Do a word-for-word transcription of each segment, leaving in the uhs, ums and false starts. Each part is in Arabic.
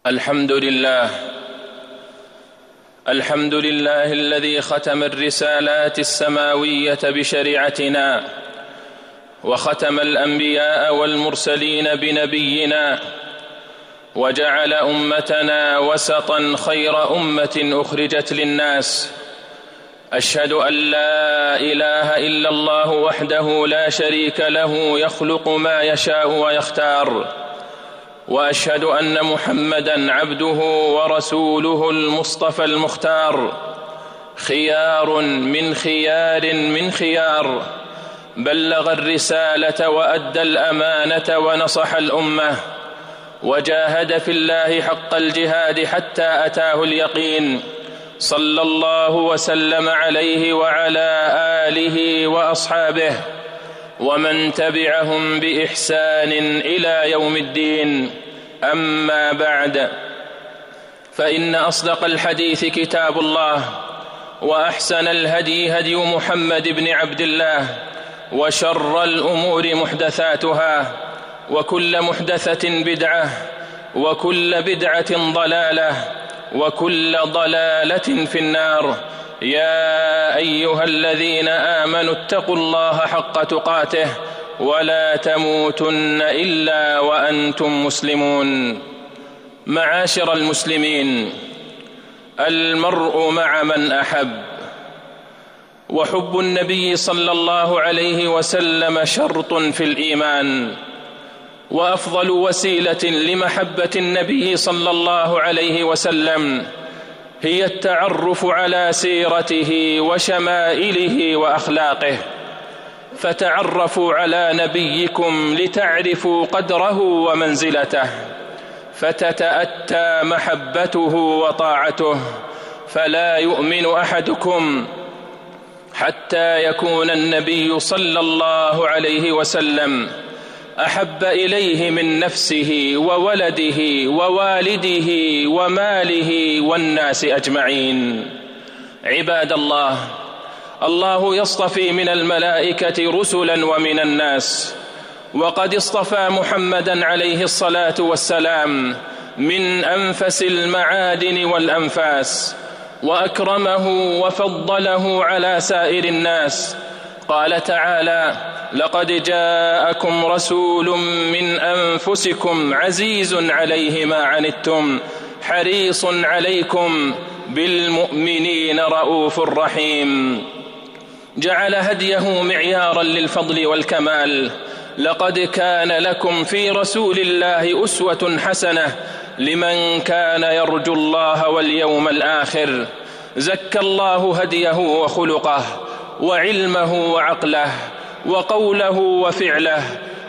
الحمد لله الحمد لله الذي ختم الرسالات السماوية بشريعتنا، وختم الأنبياء والمرسلين بنبينا، وجعل أمتنا وسطا خير أمة أخرجت للناس. أشهد أن لا إله إلا الله وحده لا شريك له يخلق ما يشاء ويختار، وأشهد أن محمدًا عبده ورسوله المصطفى المختار، خيار من خيار من خيار، بلغ الرسالة وأدى الأمانة ونصح الأمة، وجاهد في الله حق الجهاد حتى أتاه اليقين، صلى الله وسلم عليه وعلى آله وأصحابه ومن تبعهم بإحسان إلى يوم الدين. أما بعد، فإن أصدق الحديث كتاب الله، وأحسن الهدي هدي محمد بن عبد الله، وشر الأمور محدثاتها، وكل محدثة بدعة، وكل بدعة ضلالة، وكل ضلالة في النار. يا أيها الذين آمنوا اتقوا الله حق تقاته ولا تموتن إلا وأنتم مسلمون. معاشر المسلمين، المرء مع من أحب، وحب النبي صلى الله عليه وسلم شرط في الإيمان، وأفضل وسيلة لمحبة النبي صلى الله عليه وسلم هي التعرف على سيرته وشمائله وأخلاقه. فتعرفوا على نبيكم لتعرفوا قدره ومنزلته، فتتأتى محبته وطاعته. فلا يؤمن أحدكم حتى يكون النبي صلى الله عليه وسلم أحب إليه من نفسه وولده ووالده وماله والناس أجمعين. عباد الله، الله يصطفي من الملائكة رسلا ومن الناس، وقد اصطفى محمدا عليه الصلاة والسلام من أنفس المعادن والأنفاس، وأكرمه وفضله على سائر الناس. قال تعالى: لقد جاءكم رسول من أنفسكم عزيز عليه ما عنتم حريص عليكم بالمؤمنين رؤوف رحيم. جعل هديه معيارا للفضل والكمال. لقد كان لكم في رسول الله أسوة حسنة لمن كان يرجو الله واليوم الآخر. زكى الله هديه وخلقه وعلمه وعقله وقوله وفعله،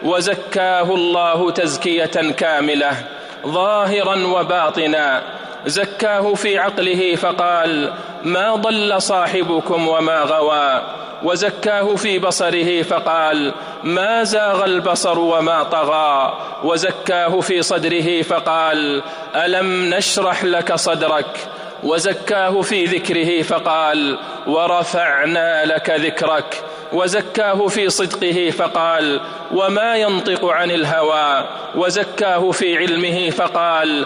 وزكاه الله تزكية كاملة ظاهرا وباطنا. زكاه في عقله فقال: ما ضل صاحبكم وما غوى. وزكاه في بصره فقال: ما زاغ البصر وما طغى. وزكاه في صدره فقال: ألم نشرح لك صدرك. وزكاه في ذكره فقال: ورفعنا لك ذكرك. وزكاه في صدقه فقال: وما ينطق عن الهوى. وزكاه في علمه فقال: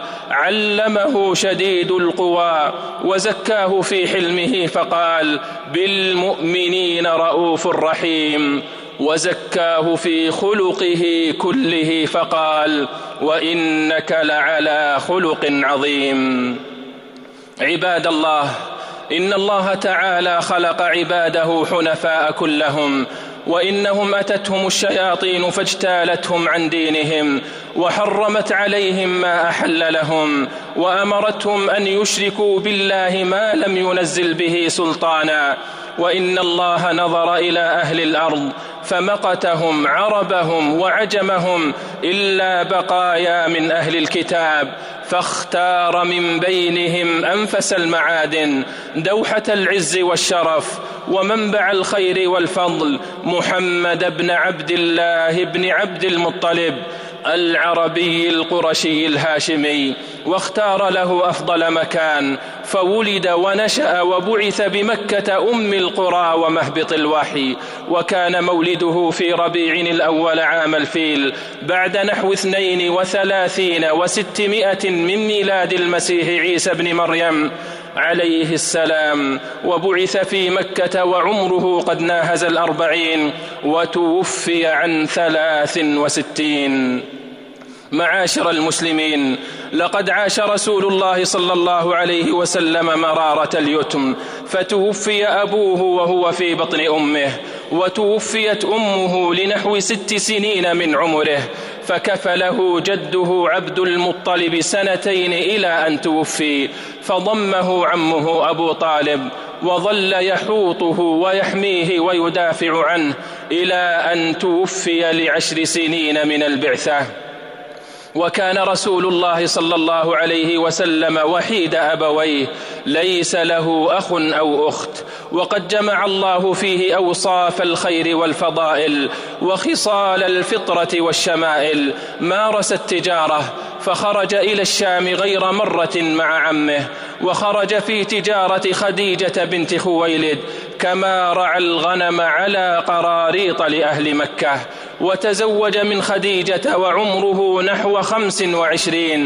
علمه شديد القوى. وزكاه في حلمه فقال: بالمؤمنين رؤوف رحيم. وزكاه في خلقه كله فقال: وإنك لعلى خلق عظيم. عباد الله، إن الله تعالى خلق عباده حنفاء كلهم، وإنهم أتتهم الشياطين فاجتالتهم عن دينهم، وحرمت عليهم ما أحل لهم، وأمرتهم أن يشركوا بالله ما لم ينزل به سلطانا. وإن الله نظر إلى أهل الأرض فمقتهم عربهم وعجمهم إلا بقايا من أهل الكتاب، فاختار من بينهم أنفس المعادن، دوحة العز والشرف ومنبع الخير والفضل، محمد بن عبد الله بن عبد المطلب العربي القرشي الهاشمي، واختار له أفضل مكان فولد ونشأ وبعث بمكة أم القرى ومهبط الوحي، وكان مولده في ربيع الأول عام الفيل بعد نحو اثنين وثلاثين وستمائة من ميلاد المسيح عيسى بن مريم عليه السلام، وبعث في مكة وعمره قد ناهز الأربعين، وتوفي عن ثلاث وستين. معاشر المسلمين، لقد عاش رسول الله صلى الله عليه وسلم مرارة اليتم، فتوفي أبوه وهو في بطن أمه، وتوفيت أمه لنحو ست سنين من عمره، فكفله جده عبد المطلب سنتين إلى أن توفي، فضمه عمه أبو طالب وظل يحوطه ويحميه ويدافع عنه إلى أن توفي لعشر سنين من البعثة. وكان رسول الله صلى الله عليه وسلم وحيد أبويه، ليس له أخ أو أخت، وقد جمع الله فيه أوصاف الخير والفضائل وخصال الفطرة والشمائل. مارس التجارة فخرج إلى الشام غير مرة مع عمه، وخرج في تجارة خديجة بنت خويلد، كما رعى الغنم على قراريط لأهل مكة، وتزوج من خديجة وعمره نحو خمس وعشرين،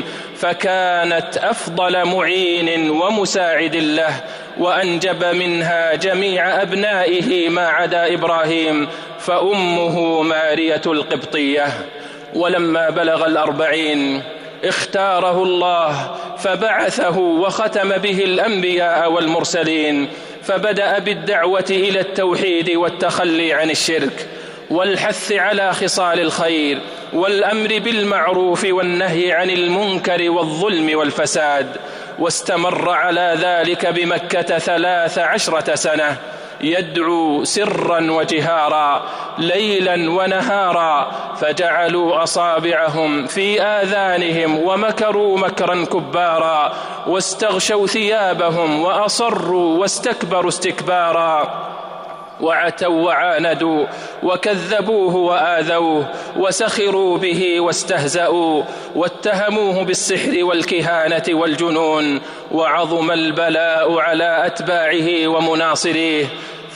فكانت أفضل معين ومساعد له، وأنجب منها جميع أبنائه ما عدا إبراهيم، فأمه مارية القبطية. ولما بلغ الأربعين اختاره الله فبعثه وختم به الأنبياء والمرسلين، فبدأ بالدعوة إلى التوحيد والتخلي عن الشرك، والحث على خصال الخير، والأمر بالمعروف والنهي عن المنكر والظلم والفساد، واستمر على ذلك بمكة ثلاث عشرة سنة، يدعو سرا وجهارا ليلا ونهارا، فجعلوا أصابعهم في آذانهم ومكروا مكرا كبارا، واستغشوا ثيابهم وأصروا واستكبروا استكبارا، وعتوا وعاندوا وكذبوه وآذوه وسخروا به واستهزأوا، واتهموه بالسحر والكهانة والجنون، وعظم البلاء على أتباعه ومناصريه،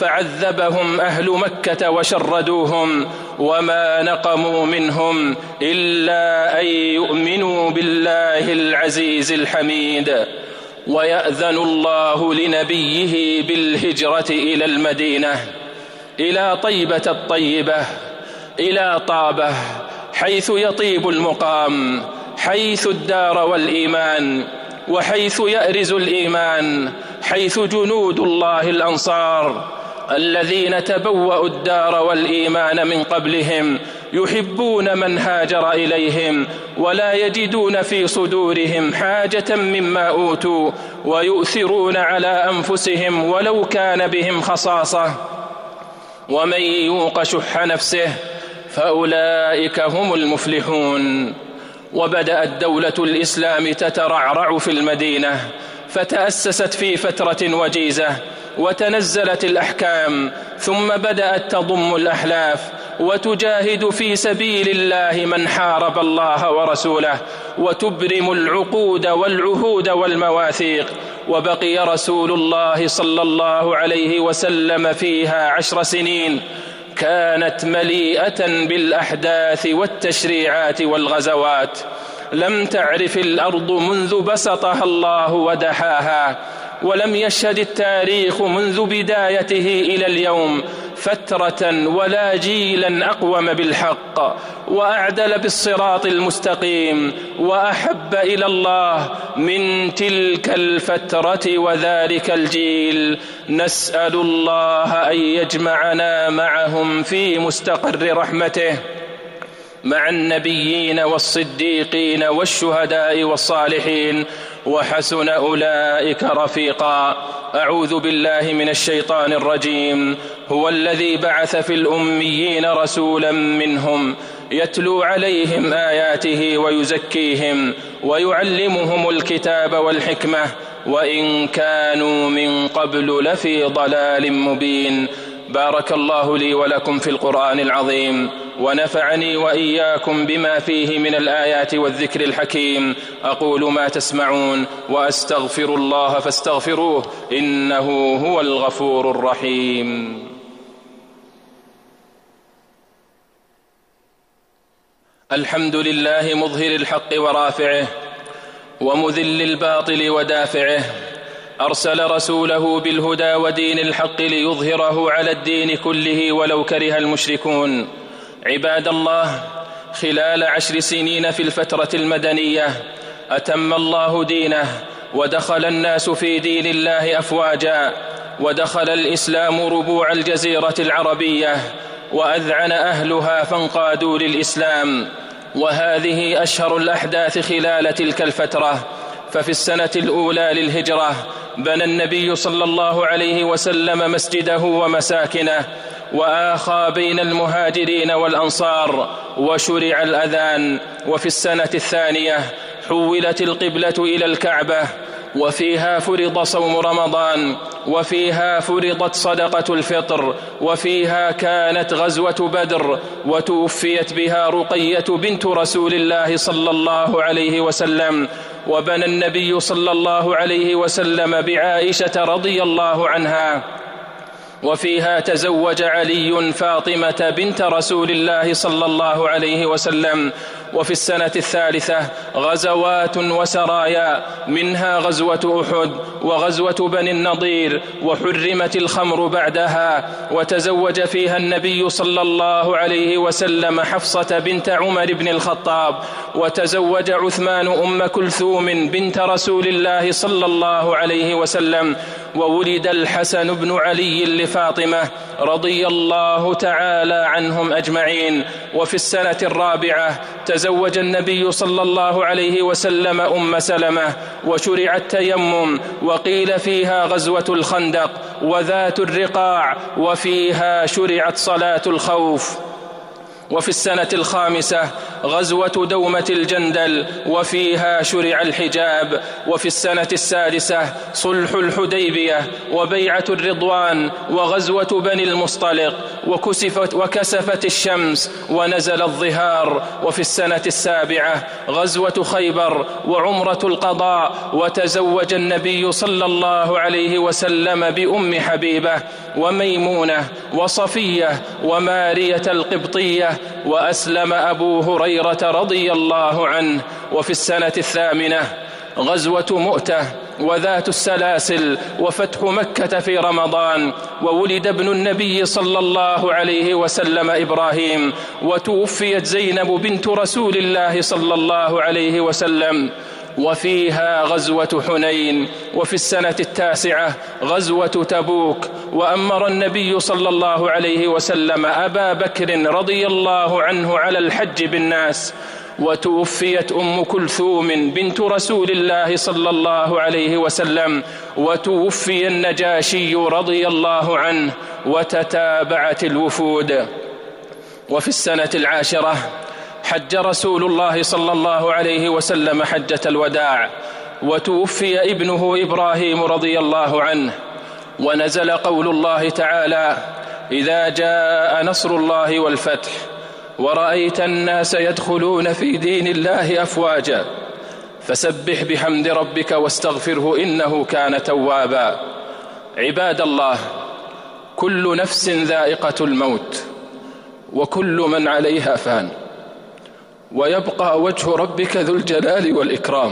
فعذبهم أهل مكة وشردوهم، وما نقموا منهم إلا أن يؤمنوا بالله العزيز الحميد. ويأذن الله لنبيه بالهجرة إلى المدينة، إلى طيبة الطيبة، إلى طابة، حيث يطيب المقام، حيث الدار والإيمان، وحيث يأرز الإيمان، حيث جنود الله الأنصار الذين تبوأوا الدار والإيمان من قبلهم، يحبون من هاجر إليهم، ولا يجدون في صدورهم حاجة مما أوتوا، ويؤثرون على أنفسهم ولو كان بهم خصاصة، ومن يوق شح نفسه فأولئك هم المفلحون. وبدأت دولة الإسلام تترعرع في المدينة، فتأسست في فترة وجيزة، وتنزلت الأحكام، ثم بدأت تضم الأحلاف وتجاهد في سبيل الله من حارب الله ورسوله، وتبرم العقود والعهود والمواثيق. وبقي رسول الله صلى الله عليه وسلم فيها عشر سنين كانت مليئة بالأحداث والتشريعات والغزوات، لم تعرف الأرض منذ بسطها الله ودحاها، ولم يشهد التاريخ منذ بدايته إلى اليوم فترة ولا جيلا أقوم بالحق وأعدل بالصراط المستقيم وأحب إلى الله من تلك الفترة وذلك الجيل. نسأل الله أن يجمعنا معهم في مستقر رحمته، مع النبيين والصديقين والشهداء والصالحين، وحسن أولئك رفيقا. أعوذ بالله من الشيطان الرجيم. هو الذي بعث في الأميين رسولا منهم يتلو عليهم آياته ويزكيهم ويعلمهم الكتاب والحكمة وإن كانوا من قبل لفي ضلال مبين. بارك الله لي ولكم في القرآن العظيم، ونفعني وإياكم بما فيه من الآيات والذكر الحكيم. أقول ما تسمعون وأستغفر الله فاستغفروه إنه هو الغفور الرحيم. الحمد لله مظهر الحق ورافعه ومذل الباطل ودافعه، أرسل رسوله بالهدى ودين الحق ليظهره على الدين كله ولو كره المشركون. عباد الله، خلال عشر سنين في الفترة المدنية أتم الله دينه ودخل الناس في دين الله أفواجا، ودخل الإسلام ربوع الجزيرة العربية وأذعن أهلها فانقادوا للإسلام. وهذه أشهر الأحداث خلال تلك الفترة. ففي السنة الأولى للهجرة بنى النبي صلى الله عليه وسلم مسجده ومساكنه، وآخى بين المهاجرين والأنصار، وشرع الأذان. وفي السنة الثانية حولت القبلة إلى الكعبة، وفيها فرض صوم رمضان، وفيها فرضت صدقة الفطر، وفيها كانت غزوة بدر، وتوفيت بها رقية بنت رسول الله صلى الله عليه وسلم. وبنى النبي صلى الله عليه وسلم بعائشة رضي الله عنها، وفيها تزوج علي فاطمة بنت رسول الله صلى الله عليه وسلم. وفي السنة الثالثة غزوات وسرايا، منها غزوة أحد وغزوة بني النضير، وحرمت الخمر بعدها. وتزوج فيها النبي صلى الله عليه وسلم حفصة بنت عمر بن الخطاب، وتزوج عثمان أم كلثوم بنت رسول الله صلى الله عليه وسلم. وولد الحسن بن علي لفاطمة رضي الله تعالى عنهم أجمعين. وفي السنة الرابعة تزوج النبي صلى الله عليه وسلم أم سلمة، وشرع التيمم، وقيل فيها غزوة الخندق وذات الرقاع، وفيها شرعت صلاة الخوف. وفي السنة الخامسة غزوة دومة الجندل، وفيها شرع الحجاب. وفي السنة السادسة صلح الحديبية وبيعة الرضوان وغزوة بني المصطلق، وكسفت, وكسفت الشمس ونزل الظهار. وفي السنة السابعة غزوة خيبر وعمرة القضاء، وتزوج النبي صلى الله عليه وسلم بأم حبيبة وميمونة وصفية ومارية القبطية، وأسلم أبو هريرة رضي الله عنه. وفي السنة الثامنة غزوة مؤتة وذات السلاسل، وفتح مكة في رمضان. وولد ابن النبي صلى الله عليه وسلم إبراهيم، وتوفيت زينب بنت رسول الله صلى الله عليه وسلم. وفيها غزوة حنين. وفي السنة التاسعة غزوة تبوك، وأمر النبي صلى الله عليه وسلم أبا بكر رضي الله عنه على الحج بالناس. وتوفيت أم كلثوم بنت رسول الله صلى الله عليه وسلم، وتوفي النجاشي رضي الله عنه، وتتابعت الوفود. وفي السنة العاشرة حج رسول الله صلى الله عليه وسلم حجة الوداع، وتوفي ابنه إبراهيم رضي الله عنه. ونزل قول الله تعالى: إذا جاء نصر الله والفتح ورأيت الناس يدخلون في دين الله أفواجا فسبح بحمد ربك واستغفره إنه كان توابا. عباد الله، كل نفس ذائقة الموت، وكل من عليها فان، ويبقى وجه ربك ذو الجلال والإكرام.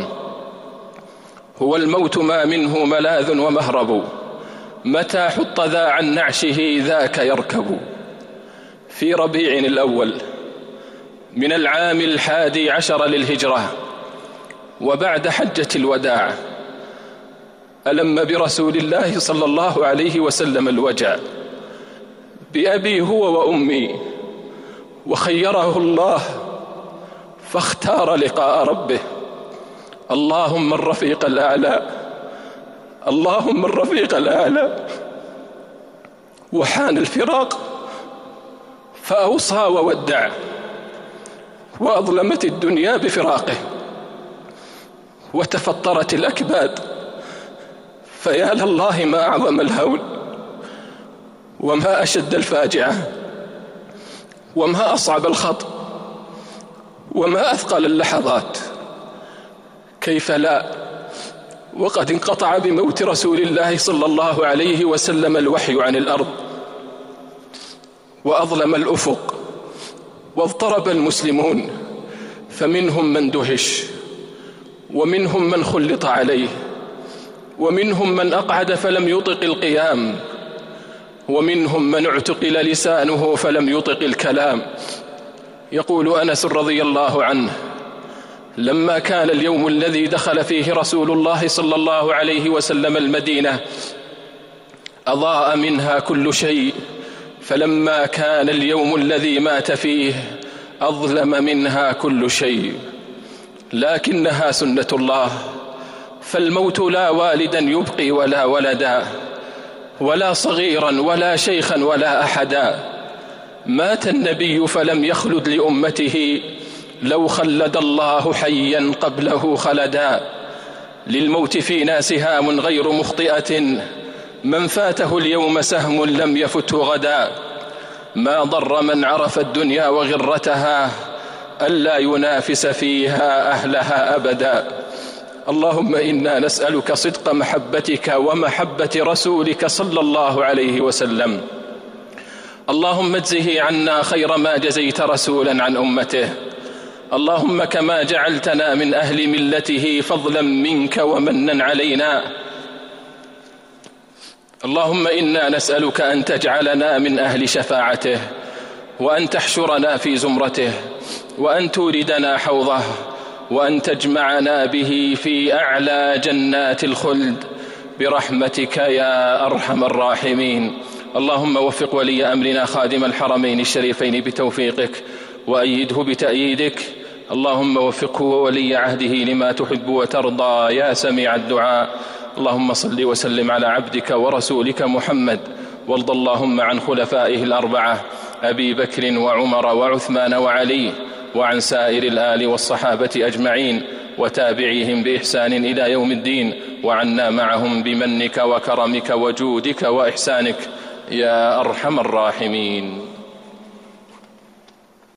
هو الموت ما منه ملاذ ومهرب، متى حط ذا عن نعشه ذاك يركب. في ربيع الأول من العام الحادي عشر للهجرة، وبعد حجة الوداع، ألم برسول الله صلى الله عليه وسلم الوجع بأبي هو وأمي، وخيره الله فاختار لقاء ربه. اللهم الرفيق الأعلى، اللهم الرفيق الأعلى. وحان الفراق فأوصى وودع، وأظلمت الدنيا بفراقه، وتفطرت الأكباد. فيا لله ما أعظم الهول وما أشد الفاجعة. وما أصعب الخط وما أثقل اللحظات، كيف لا وقد انقطع بموت رسول الله صلى الله عليه وسلم الوحي عن الأرض، وأظلم الأفق، واضطرب المسلمون، فمنهم من دهش، ومنهم من خلط عليه، ومنهم من أقعد فلم يطق القيام، ومنهم من اعتقل لسانه فلم يطق الكلام. يقول أنس رضي الله عنه: لما كان اليوم الذي دخل فيه رسول الله صلى الله عليه وسلم المدينة أضاء منها كل شيء، فلما كان اليوم الذي مات فيه أظلم منها كل شيء، لكنها سنة الله، فالموت لا والدا يبقي ولا ولدا، ولا صغيرا ولا شيخا ولا أحدا. مات النبي فلم يخلد لأمته، لو خلد الله حيا قبله خلدا. للموت فينا سهام غير مخطئة، من فاته اليوم سهم لم يفته غدا. ما ضر من عرف الدنيا وغرتها، ألا ينافس فيها أهلها أبدا. اللهم إنا نسألك صدق محبتك ومحبة رسولك صلى الله عليه وسلم. اللهم اجزه عنا خير ما جزيت رسولا عن أمته. اللهم كما جعلتنا من أهل ملته فضلا منك ومنا علينا، اللهم إنا نسألك أن تجعلنا من أهل شفاعته، وأن تحشرنا في زمرته، وأن توردنا حوضه، وأن تجمعنا به في أعلى جنات الخلد برحمتك يا أرحم الراحمين. اللهم وفق ولي أمرنا خادم الحرمين الشريفين بتوفيقك، وأيده بتأييدك. اللهم وفقه وولي عهده لما تحب وترضى يا سميع الدعاء. اللهم صل وسلم على عبدك ورسولك محمد، وارض اللهم عن خلفائه الأربعة أبي بكر وعمر وعثمان وعلي، وعن سائر الآل والصحابة أجمعين وتابعيهم بإحسان إلى يوم الدين، وعنا معهم بمنك وكرمك وجودك وإحسانك يا أرحم الراحمين.